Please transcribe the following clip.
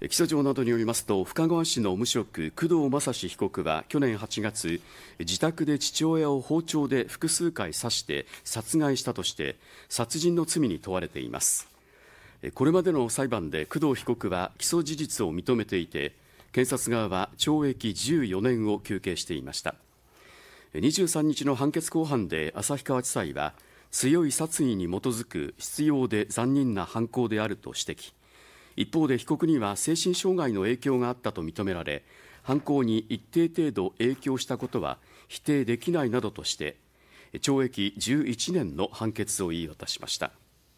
起訴状などによりますと、深川市の無職工藤正史被告は去年8月、自宅で父親を包丁で複数回刺して殺害したとして殺人の罪に問われています。これまでの裁判で工藤被告は起訴事実を認めていて、検察側は懲役14年を求刑していました。23日の判決公判で旭川地裁は、強い殺意に基づく執拗で残忍な犯行であると指摘。一方で被告には精神障害の影響があったと認められ、犯行に一定程度影響したことは否定できないなどとして、懲役11年の判決を言い渡しました。